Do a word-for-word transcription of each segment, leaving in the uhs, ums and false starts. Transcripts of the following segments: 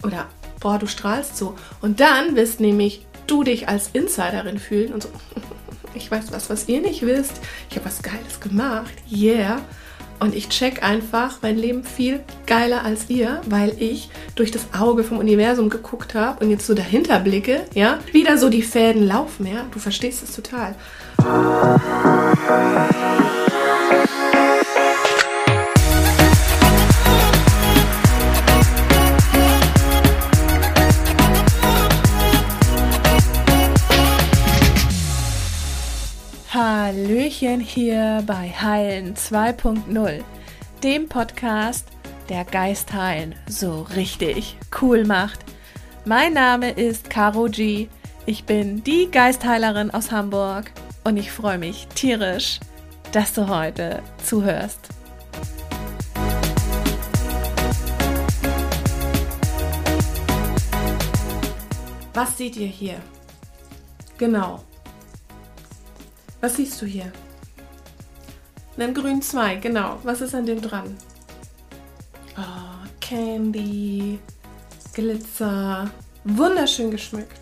Oder, boah, du strahlst so. Und dann wirst nämlich du dich als Insiderin fühlen und so, ich weiß was, was ihr nicht wisst. Ich habe was Geiles gemacht. Yeah. Und ich check einfach mein Leben viel geiler als ihr, weil ich durch das Auge vom Universum geguckt habe und jetzt so dahinter blicke, ja, wieder so die Fäden laufen, ja. Du verstehst es total. Hallöchen hier bei Heilen zwei Punkt null, dem Podcast, der Geist heilen so richtig cool macht. Mein Name ist Caro G. Ich bin die Geistheilerin aus Hamburg und ich freue mich tierisch, dass du heute zuhörst. Was seht ihr hier? Genau. Was siehst du hier? Einen grünen Zweig, genau. Was ist an dem dran? Oh, Candy, Glitzer, wunderschön geschmückt.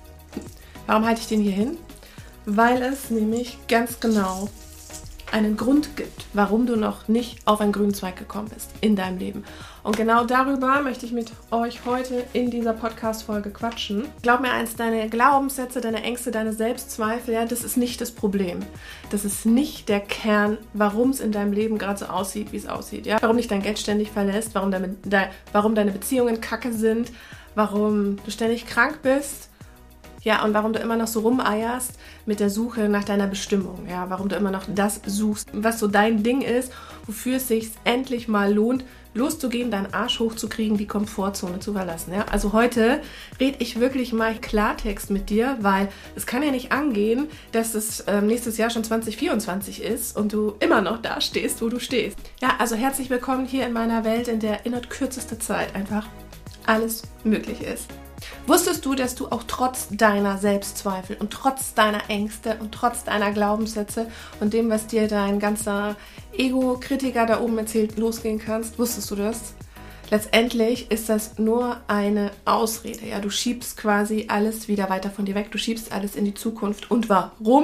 Warum halte ich den hier hin? Weil es nämlich ganz genau einen Grund gibt, warum du noch nicht auf einen grünen Zweig gekommen bist in deinem Leben. Und genau darüber möchte ich mit euch heute in dieser Podcast-Folge quatschen. Glaub mir eins, deine Glaubenssätze, deine Ängste, deine Selbstzweifel, ja, das ist nicht das Problem. Das ist nicht der Kern, warum es in deinem Leben gerade so aussieht, wie es aussieht. Ja? Warum dich dein Geld ständig verlässt, warum deine, de, warum deine Beziehungen kacke sind, warum du ständig krank bist. Ja, und warum du immer noch so rumeierst mit der Suche nach deiner Bestimmung. Ja, warum du immer noch das suchst, was so dein Ding ist, wofür es sich endlich mal lohnt, loszugehen, deinen Arsch hochzukriegen, die Komfortzone zu verlassen. Ja, also heute rede ich wirklich mal Klartext mit dir, weil es kann ja nicht angehen, dass es ähm, nächstes Jahr schon zwanzig vierundzwanzig ist und du immer noch da stehst, wo du stehst. Ja, also herzlich willkommen hier in meiner Welt, in der innerhalb kürzester Zeit einfach alles möglich ist. Wusstest du, dass du auch trotz deiner Selbstzweifel und trotz deiner Ängste und trotz deiner Glaubenssätze und dem, was dir dein ganzer Ego-Kritiker da oben erzählt, losgehen kannst? Wusstest du das? Letztendlich ist das nur eine Ausrede. Ja, du schiebst quasi alles wieder weiter von dir weg. Du schiebst alles in die Zukunft. Und warum?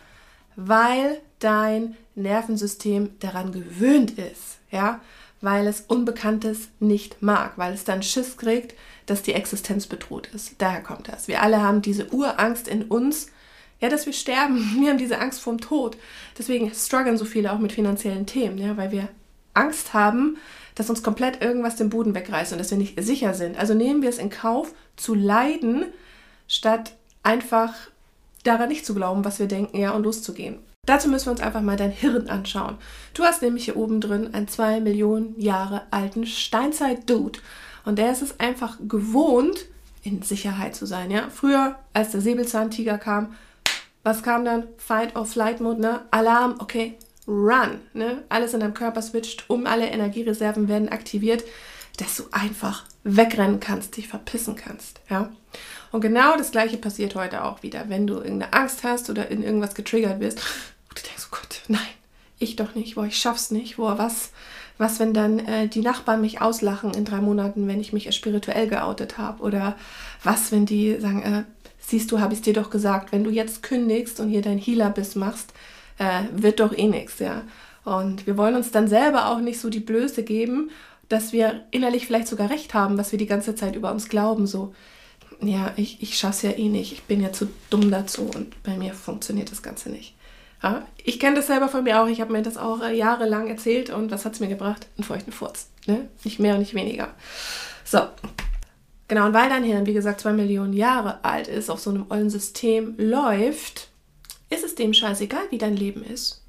Weil dein Nervensystem daran gewöhnt ist. Ja, weil es Unbekanntes nicht mag, weil es dann Schiss kriegt, dass die Existenz bedroht ist. Daher kommt das. Wir alle haben diese Urangst in uns, ja, dass wir sterben. Wir haben diese Angst vorm Tod. Deswegen strugglen so viele auch mit finanziellen Themen, ja, weil wir Angst haben, dass uns komplett irgendwas den Boden wegreißt und dass wir nicht sicher sind. Also nehmen wir es in Kauf, zu leiden, statt einfach daran nicht zu glauben, was wir denken, ja, und loszugehen. Dazu müssen wir uns einfach mal dein Hirn anschauen. Du hast nämlich hier oben drin einen zwei Millionen Jahre alten Steinzeit-Dude. Und der ist es einfach gewohnt, in Sicherheit zu sein. Ja? Früher, als der Säbelzahntiger kam, was kam dann? Fight-or-Flight-Mode, ne? Alarm, okay, run. Ne? Alles in deinem Körper switcht um, alle Energiereserven werden aktiviert, dass du einfach wegrennen kannst, dich verpissen kannst. Ja? Und genau das Gleiche passiert heute auch wieder. Wenn du irgendeine Angst hast oder in irgendwas getriggert wirst, und du denkst, oh Gott, nein, ich doch nicht, boah, ich schaff's nicht, boah, was... Was, wenn dann äh, die Nachbarn mich auslachen in drei Monaten, wenn ich mich spirituell geoutet habe? Oder was, wenn die sagen, äh, siehst du, habe ich dir doch gesagt, wenn du jetzt kündigst und hier dein Healer-Biss machst, äh, wird doch eh nichts, ja. Und wir wollen uns dann selber auch nicht so die Blöße geben, dass wir innerlich vielleicht sogar recht haben, was wir die ganze Zeit über uns glauben, so, ja, ich, ich schaff's ja eh nicht, ich bin ja zu dumm dazu und bei mir funktioniert das Ganze nicht. Ja, ich kenne das selber von mir auch. Ich habe mir das auch äh, jahrelang erzählt und was hat es mir gebracht? Einen feuchten Furz. Ne? Nicht mehr und nicht weniger. So. Genau, und weil dein Hirn, wie gesagt, zwei Millionen Jahre alt ist, auf so einem ollen System läuft, ist es dem scheißegal, wie dein Leben ist.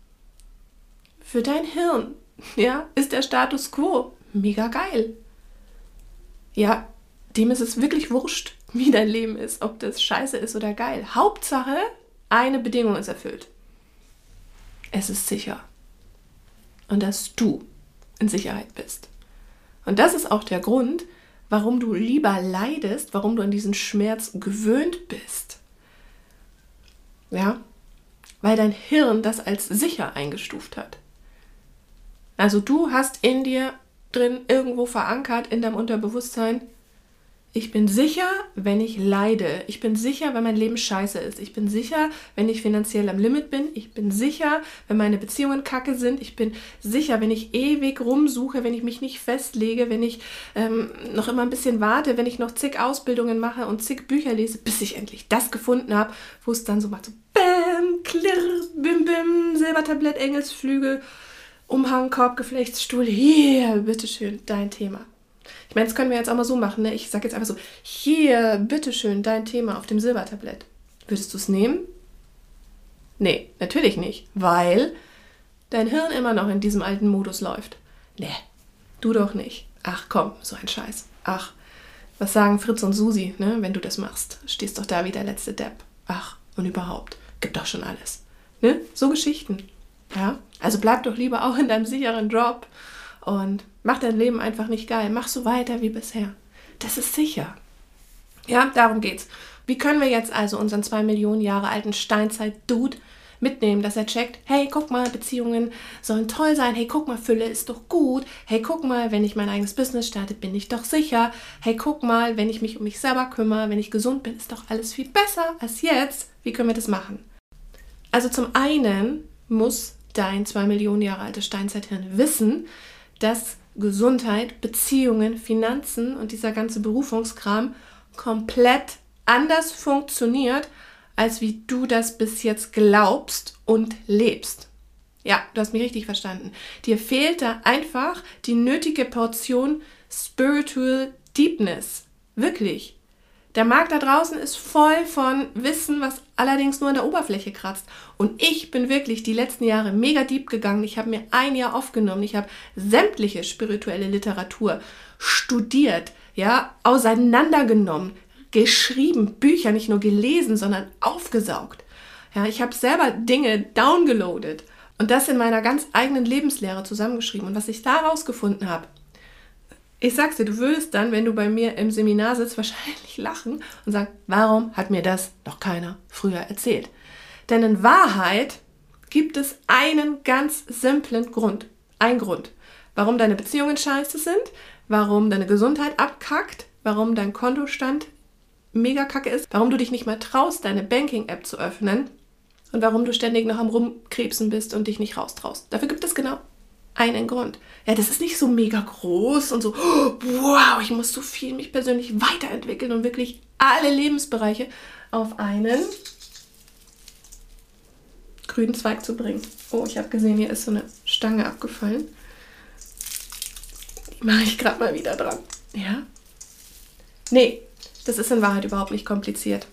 Für dein Hirn, ja, ist der Status quo mega geil. Ja, dem ist es wirklich wurscht, wie dein Leben ist, ob das scheiße ist oder geil. Hauptsache, eine Bedingung ist erfüllt. Es ist sicher. Und dass du in Sicherheit bist. Und das ist auch der Grund, warum du lieber leidest, warum du an diesen Schmerz gewöhnt bist. Ja? Weil dein Hirn das als sicher eingestuft hat. Also du hast in dir drin irgendwo verankert, in deinem Unterbewusstsein, Ich bin sicher, wenn ich leide. Ich bin sicher, wenn mein Leben scheiße ist. Ich bin sicher, wenn ich finanziell am Limit bin. Ich bin sicher, wenn meine Beziehungen kacke sind. Ich bin sicher, wenn ich ewig rumsuche, wenn ich mich nicht festlege, wenn ich ähm, noch immer ein bisschen warte, wenn ich noch zig Ausbildungen mache und zig Bücher lese, bis ich endlich das gefunden habe, wo es dann so macht, so bäm, klirr, bim, bim, Silbertablett, Engelsflügel, Umhang, Korbgeflechtsstuhl. Hier, bitteschön, dein Thema. Ich meine, das können wir jetzt auch mal so machen, ne? Ich sage jetzt einfach so, hier, bitteschön, dein Thema auf dem Silbertablett. Würdest du es nehmen? Nee, natürlich nicht, weil dein Hirn immer noch in diesem alten Modus läuft. Nee, du doch nicht. Ach komm, so ein Scheiß. Ach, was sagen Fritz und Susi, ne? Wenn du das machst? Stehst doch da wie der letzte Depp. Ach, und überhaupt, gibt doch schon alles. Ne? So Geschichten. Ja? Also bleib doch lieber auch in deinem sicheren Job und mach dein Leben einfach nicht geil. Mach so weiter wie bisher. Das ist sicher. Ja, darum geht's. Wie können wir jetzt also unseren zwei Millionen Jahre alten Steinzeit-Dude mitnehmen, dass er checkt, hey, guck mal, Beziehungen sollen toll sein. Hey, guck mal, Fülle ist doch gut. Hey, guck mal, wenn ich mein eigenes Business starte, bin ich doch sicher. Hey, guck mal, wenn ich mich um mich selber kümmere, wenn ich gesund bin, ist doch alles viel besser als jetzt. Wie können wir das machen? Also zum einen muss dein zwei Millionen Jahre altes Steinzeithirn wissen, dass Gesundheit, Beziehungen, Finanzen und dieser ganze Berufungskram komplett anders funktioniert, als wie du das bis jetzt glaubst und lebst. Ja, du hast mich richtig verstanden. Dir fehlt da einfach die nötige Portion Spiritual Deepness. Wirklich. Der Markt da draußen ist voll von Wissen, was allerdings nur an der Oberfläche kratzt. Und ich bin wirklich die letzten Jahre mega deep gegangen. Ich habe mir ein Jahr aufgenommen. Ich habe sämtliche spirituelle Literatur studiert, ja, auseinandergenommen, geschrieben, Bücher nicht nur gelesen, sondern aufgesaugt. Ja, ich habe selber Dinge downgeloadet und das in meiner ganz eigenen Lebenslehre zusammengeschrieben. Und was ich da rausgefunden habe, ich sag's dir, du würdest dann, wenn du bei mir im Seminar sitzt, wahrscheinlich lachen und sagen, warum hat mir das noch keiner früher erzählt? Denn in Wahrheit gibt es einen ganz simplen Grund. Ein Grund, warum deine Beziehungen scheiße sind, warum deine Gesundheit abkackt, warum dein Kontostand mega kacke ist, warum du dich nicht mal traust, deine Banking-App zu öffnen und warum du ständig noch am Rumkrebsen bist und dich nicht raustraust. Dafür gibt es genau einen Grund. Ja, das ist nicht so mega groß und so, oh, wow, ich muss so viel mich persönlich weiterentwickeln und wirklich alle Lebensbereiche auf einen grünen Zweig zu bringen. Oh, ich habe gesehen, hier ist so eine Stange abgefallen. Die mache ich gerade mal wieder dran. Ja? Nee, das ist in Wahrheit überhaupt nicht kompliziert.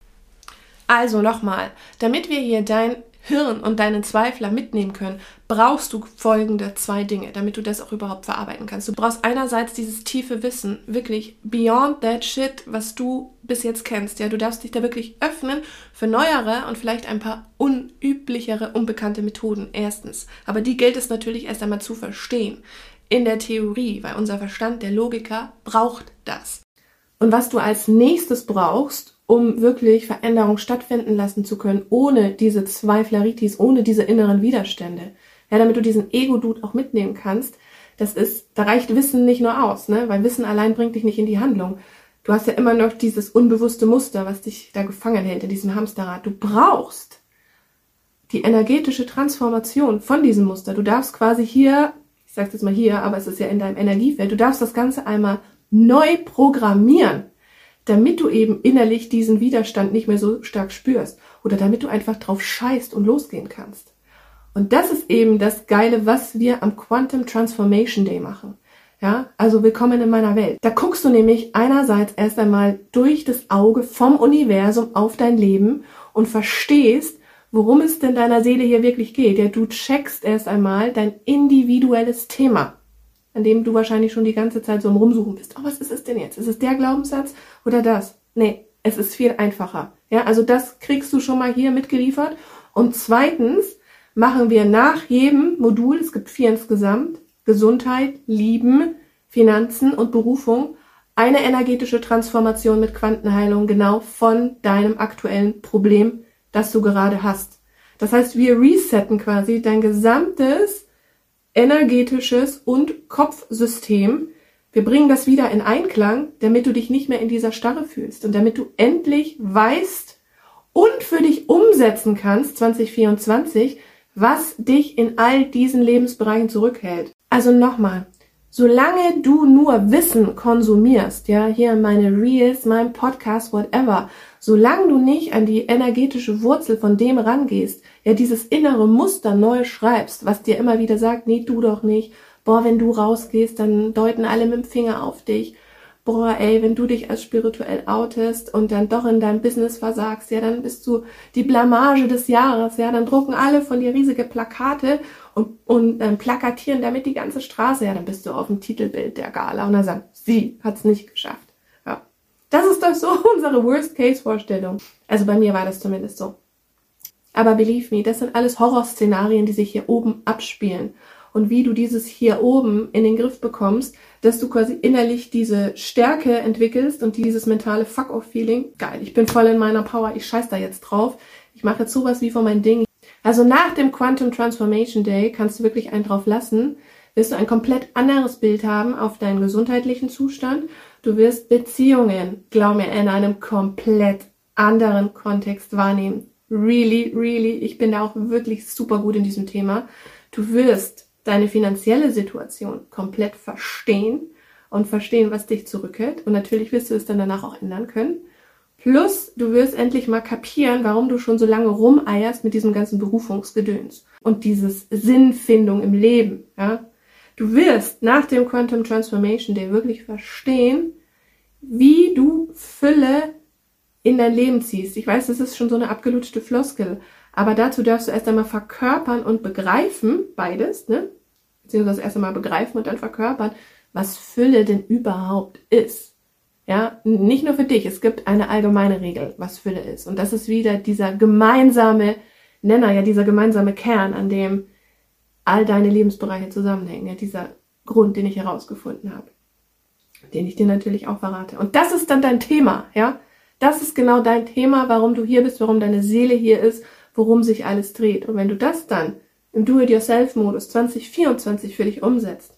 Also nochmal, damit wir hier dein Hirn und deinen Zweifler mitnehmen können, brauchst du folgende zwei Dinge, damit du das auch überhaupt verarbeiten kannst. Du brauchst einerseits dieses tiefe Wissen, wirklich beyond that shit, was du bis jetzt kennst. Ja, du darfst dich da wirklich öffnen für neuere und vielleicht ein paar unüblichere, unbekannte Methoden. Erstens. Aber die gilt es natürlich erst einmal zu verstehen. In der Theorie, weil unser Verstand, der Logiker, braucht das. Und was du als nächstes brauchst, um wirklich Veränderung stattfinden lassen zu können, ohne diese Zweifleritis, ohne diese inneren Widerstände. Ja, damit du diesen Ego-Dude auch mitnehmen kannst, das ist, da reicht Wissen nicht nur aus, ne? Weil Wissen allein bringt dich nicht in die Handlung. Du hast ja immer noch dieses unbewusste Muster, was dich da gefangen hält in diesem Hamsterrad. Du brauchst die energetische Transformation von diesem Muster. Du darfst quasi hier, ich sag's jetzt mal hier, aber es ist ja in deinem Energiefeld, du darfst das Ganze einmal neu programmieren, damit du eben innerlich diesen Widerstand nicht mehr so stark spürst oder damit du einfach drauf scheißt und losgehen kannst. Und das ist eben das Geile, was wir am Quantum Transformation Day machen. Ja, also willkommen in meiner Welt. Da guckst du nämlich einerseits erst einmal durch das Auge vom Universum auf dein Leben und verstehst, worum es denn deiner Seele hier wirklich geht. Ja, du checkst erst einmal dein individuelles Thema, an dem du wahrscheinlich schon die ganze Zeit so am Rumsuchen bist. Oh, was ist es denn jetzt? Ist es der Glaubenssatz oder das? Nee, es ist viel einfacher. Ja, also das kriegst du schon mal hier mitgeliefert. Und zweitens machen wir nach jedem Modul, es gibt vier insgesamt, Gesundheit, Lieben, Finanzen und Berufung, eine energetische Transformation mit Quantenheilung genau von deinem aktuellen Problem, das du gerade hast. Das heißt, wir resetten quasi dein gesamtes energetisches und Kopfsystem Wir bringen das wieder in Einklang, damit du dich nicht mehr in dieser Starre fühlst und damit du endlich weißt und für dich umsetzen kannst, zwanzig vierundzwanzig, was dich in all diesen Lebensbereichen zurückhält. Also nochmal, solange du nur Wissen konsumierst, ja, hier meine Reels, mein Podcast, whatever, solange du nicht an die energetische Wurzel von dem rangehst, ja, dieses innere Muster neu schreibst, was dir immer wieder sagt, nee, du doch nicht, boah, wenn du rausgehst, dann deuten alle mit dem Finger auf dich, boah, ey, wenn du dich als spirituell outest und dann doch in deinem Business versagst, ja, dann bist du die Blamage des Jahres, ja, dann drucken alle von dir riesige Plakate und, und ähm, plakatieren damit die ganze Straße, ja, dann bist du auf dem Titelbild der Gala und dann sagen, sie hat's nicht geschafft. Ja. Das ist doch so unsere Worst-Case-Vorstellung. Also bei mir war das zumindest so. Aber believe me, das sind alles Horrorszenarien, die sich hier oben abspielen. Und wie du dieses hier oben in den Griff bekommst, dass du quasi innerlich diese Stärke entwickelst und dieses mentale Fuck-off-Feeling. Geil, ich bin voll in meiner Power, ich scheiß da jetzt drauf. Ich mache jetzt sowas wie von mein Ding. Also nach dem Quantum Transformation Day kannst du wirklich einen drauf lassen, wirst du ein komplett anderes Bild haben auf deinen gesundheitlichen Zustand. Du wirst Beziehungen, glaub mir, in einem komplett anderen Kontext wahrnehmen. Really, really, ich bin da auch wirklich super gut in diesem Thema. Du wirst deine finanzielle Situation komplett verstehen und verstehen, was dich zurückhält. Und natürlich wirst du es dann danach auch ändern können. Plus, du wirst endlich mal kapieren, warum du schon so lange rumeierst mit diesem ganzen Berufungsgedöns und dieses Sinnfindung im Leben. Ja? Du wirst nach dem Quantum Transformation Day wirklich verstehen, wie du Fülle in dein Leben ziehst. Ich weiß, das ist schon so eine abgelutschte Floskel, aber dazu darfst du erst einmal verkörpern und begreifen, beides, ne? Beziehungsweise erst einmal begreifen und dann verkörpern, was Fülle denn überhaupt ist. Ja, nicht nur für dich, es gibt eine allgemeine Regel, was Fülle ist. Und das ist wieder dieser gemeinsame Nenner, ja, dieser gemeinsame Kern, an dem all deine Lebensbereiche zusammenhängen. Ja, dieser Grund, den ich herausgefunden habe. Den ich dir natürlich auch verrate. Und das ist dann dein Thema, ja. Das ist genau dein Thema, warum du hier bist, warum deine Seele hier ist, worum sich alles dreht. Und wenn du das dann im Do-it-yourself-Modus zwanzig vierundzwanzig für dich umsetzt,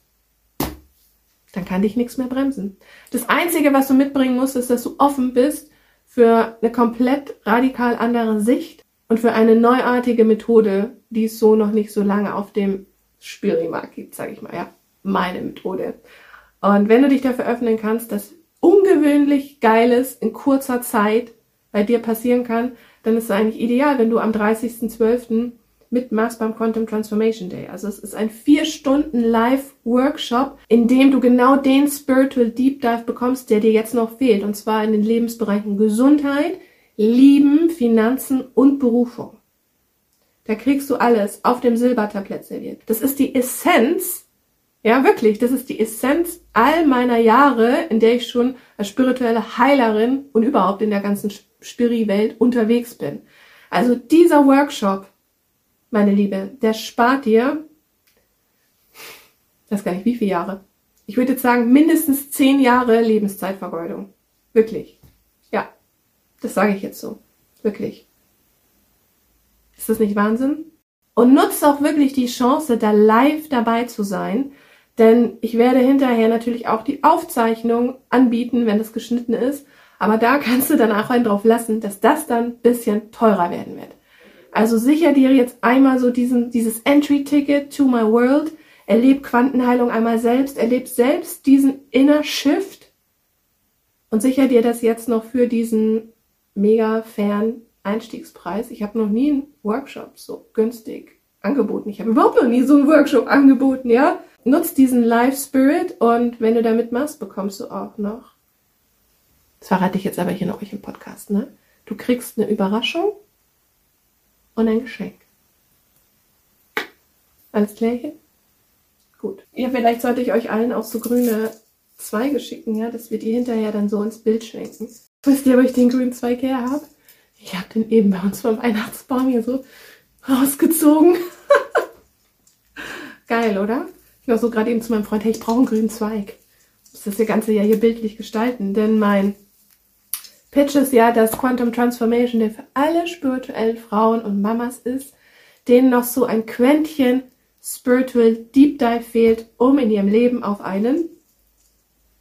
dann kann dich nichts mehr bremsen. Das Einzige, was du mitbringen musst, ist, dass du offen bist für eine komplett radikal andere Sicht und für eine neuartige Methode, die es so noch nicht so lange auf dem Spirimarkt gibt, sage ich mal, ja, meine Methode. Und wenn du dich dafür öffnen kannst, dass ungewöhnlich Geiles in kurzer Zeit bei dir passieren kann, dann ist es eigentlich ideal, wenn du am dreißigsten zwölften mitmachst beim Quantum Transformation Day. Also es ist ein vier Stunden Live-Workshop, in dem du genau den Spiritual Deep Dive bekommst, der dir jetzt noch fehlt. Und zwar in den Lebensbereichen Gesundheit, Lieben, Finanzen und Berufung. Da kriegst du alles auf dem Silbertablett serviert. Das ist die Essenz, ja wirklich, das ist die Essenz all meiner Jahre, in der ich schon als spirituelle Heilerin und überhaupt in der ganzen Spiri-Welt unterwegs bin. Also dieser Workshop, meine Liebe, der spart dir, ich weiß gar nicht wie viele Jahre. Ich würde jetzt sagen, mindestens zehn Jahre Lebenszeitvergeudung. Wirklich. Ja, das sage ich jetzt so. Wirklich. Ist das nicht Wahnsinn? Und nutzt auch wirklich die Chance, da live dabei zu sein. Denn ich werde hinterher natürlich auch die Aufzeichnung anbieten, wenn das geschnitten ist. Aber da kannst du dann auch einen drauf lassen, dass das dann ein bisschen teurer werden wird. Also sicher dir jetzt einmal so diesen, dieses Entry-Ticket to my world, erleb Quantenheilung einmal selbst, erleb selbst diesen Inner Shift und sicher dir das jetzt noch für diesen mega fairen Einstiegspreis. Ich habe noch nie einen Workshop so günstig angeboten. Ich habe überhaupt noch nie so einen Workshop angeboten, ja? Nutz diesen Live Spirit und wenn du da mitmachst, bekommst du auch noch, das verrate ich jetzt aber hier noch euch im Podcast, ne? Du kriegst eine Überraschung und ein Geschenk. Alles klärchen? Gut. Ja, vielleicht sollte ich euch allen auch so grüne Zweige schicken, ja, dass wir die hinterher dann so ins Bild schwenken. Wisst ihr, wo ich den grünen Zweig her habe? Ich habe den eben bei uns vom Weihnachtsbaum hier so rausgezogen. Geil, oder? Ich war so gerade eben zu meinem Freund, hey, ich brauche einen grünen Zweig. Ich muss das ganze ja hier bildlich gestalten, denn mein Pitch ist ja, dass Quantum Transformation der für alle spirituellen Frauen und Mamas ist, denen noch so ein Quäntchen Spiritual Deep Dive fehlt, um in ihrem Leben auf einen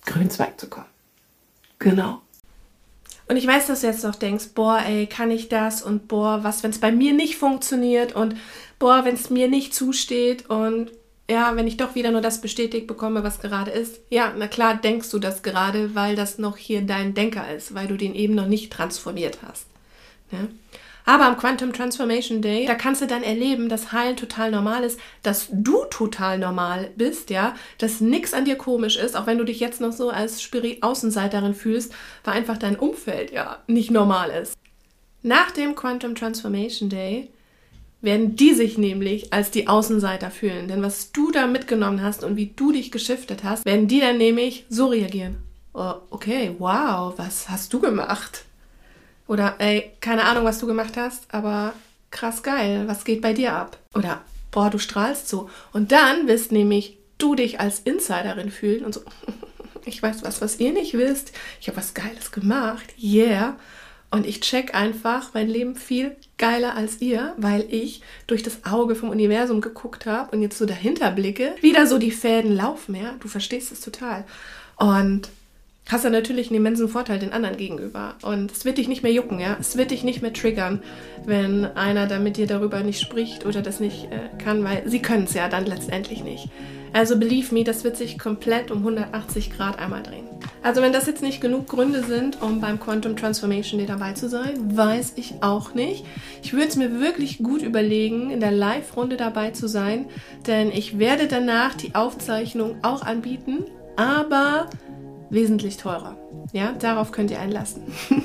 grünen Zweig zu kommen. Genau. Und ich weiß, dass du jetzt noch denkst, boah, ey, kann ich das? Und boah, was, wenn es bei mir nicht funktioniert? Und boah, wenn es mir nicht zusteht? Und ja, wenn ich doch wieder nur das bestätigt bekomme, was gerade ist. Ja, na klar denkst du das gerade, weil das noch hier dein Denker ist, weil du den eben noch nicht transformiert hast. Ja? Aber am Quantum Transformation Day, da kannst du dann erleben, dass Heilen total normal ist, dass du total normal bist, ja, dass nichts an dir komisch ist, auch wenn du dich jetzt noch so als Spiri-Außenseiterin fühlst, weil einfach dein Umfeld ja nicht normal ist. Nach dem Quantum Transformation Day werden die sich nämlich als die Außenseiter fühlen. Denn was du da mitgenommen hast und wie du dich geschiftet hast, werden die dann nämlich so reagieren. Oh, okay, wow, was hast du gemacht? Oder, ey, keine Ahnung, was du gemacht hast, aber krass geil, was geht bei dir ab? Oder, boah, du strahlst so. Und dann wirst nämlich du dich als Insiderin fühlen und so, ich weiß was, was ihr nicht wisst. Ich habe was Geiles gemacht, yeah. Und ich check einfach mein Leben viel geiler als ihr, weil ich durch das Auge vom Universum geguckt habe und jetzt so dahinter blicke, wieder so die Fäden laufen, ja. Du verstehst es total. Und hast du natürlich einen immensen Vorteil den anderen gegenüber. Und es wird dich nicht mehr jucken, ja. Es wird dich nicht mehr triggern, wenn einer da mit dir darüber nicht spricht oder das nicht äh, kann, weil sie können es ja dann letztendlich nicht. Also believe me, das wird sich komplett um hundertachtzig Grad einmal drehen. Also wenn das jetzt nicht genug Gründe sind, um beim Quantum Transformation Day dabei zu sein, weiß ich auch nicht. Ich würde es mir wirklich gut überlegen, in der Live-Runde dabei zu sein, denn ich werde danach die Aufzeichnung auch anbieten, aber wesentlich teurer. Ja, darauf könnt ihr einlassen.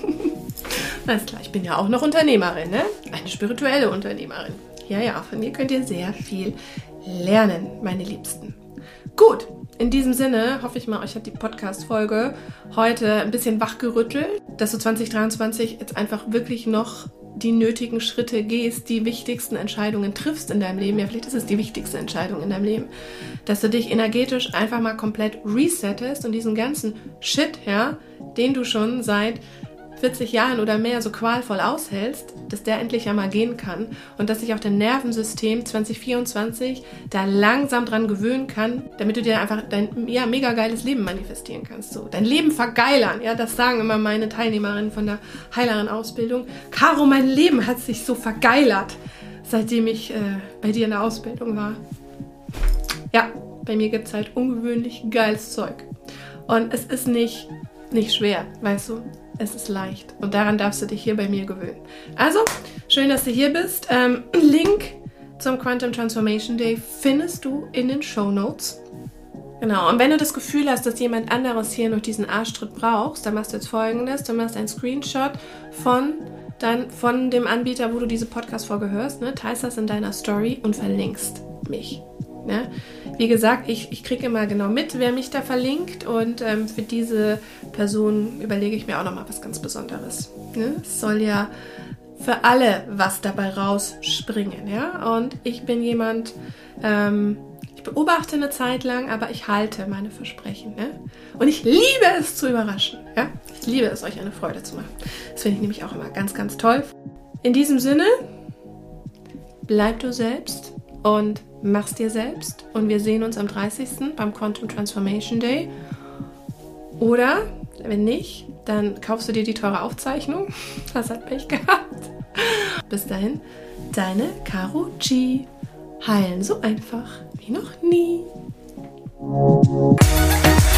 Alles klar, ich bin ja auch noch Unternehmerin, ne? Eine spirituelle Unternehmerin. Ja, ja, von mir könnt ihr sehr viel lernen, meine Liebsten. Gut, in diesem Sinne hoffe ich mal, euch hat die Podcast-Folge heute ein bisschen wachgerüttelt, dass du zwanzig dreiundzwanzig jetzt einfach wirklich noch die nötigen Schritte gehst, die wichtigsten Entscheidungen triffst in deinem Leben. Ja, vielleicht ist es die wichtigste Entscheidung in deinem Leben. Dass du dich energetisch einfach mal komplett resettest und diesen ganzen Shit, ja, den du schon seit vierzig Jahren oder mehr so qualvoll aushältst, dass der endlich ja mal gehen kann und dass sich auch dein Nervensystem zwanzig vierundzwanzig da langsam dran gewöhnen kann, damit du dir einfach dein ja, mega geiles Leben manifestieren kannst. So, dein Leben vergeilern, ja, das sagen immer meine Teilnehmerinnen von der Heilerin-Ausbildung. Caro, mein Leben hat sich so vergeilert, seitdem ich äh, bei dir in der Ausbildung war. Ja, bei mir gibt es halt ungewöhnlich geiles Zeug. Und es ist nicht, nicht schwer, weißt du? Es ist leicht. Und daran darfst du dich hier bei mir gewöhnen. Also, schön, dass du hier bist. Ähm, Link zum Quantum Transformation Day findest du in den Shownotes. Genau, und wenn du das Gefühl hast, dass jemand anderes hier noch diesen Arschtritt brauchst, dann machst du jetzt Folgendes. Du machst einen Screenshot von, dann, von dem Anbieter, wo du diese Podcast-Folge hörst, ne? Teilst das in deiner Story und verlinkst mich. Ne? Wie gesagt, ich, ich kriege immer genau mit, wer mich da verlinkt und ähm, für diese Person überlege ich mir auch nochmal was ganz Besonderes. Ne? Es soll ja für alle was dabei rausspringen. Ja? Und ich bin jemand, ähm, ich beobachte eine Zeit lang, aber ich halte meine Versprechen. Ne? Und ich liebe es zu überraschen. Ja? Ich liebe es, euch eine Freude zu machen. Das finde ich nämlich auch immer ganz, ganz toll. In diesem Sinne, bleib du selbst und mach's dir selbst. Und wir sehen uns am dreißigsten beim Quantum Transformation Day. Oder, wenn nicht, dann kaufst du dir die teure Aufzeichnung. Das hat Pech gehabt. Bis dahin, deine Caro G. Heilen so einfach wie noch nie.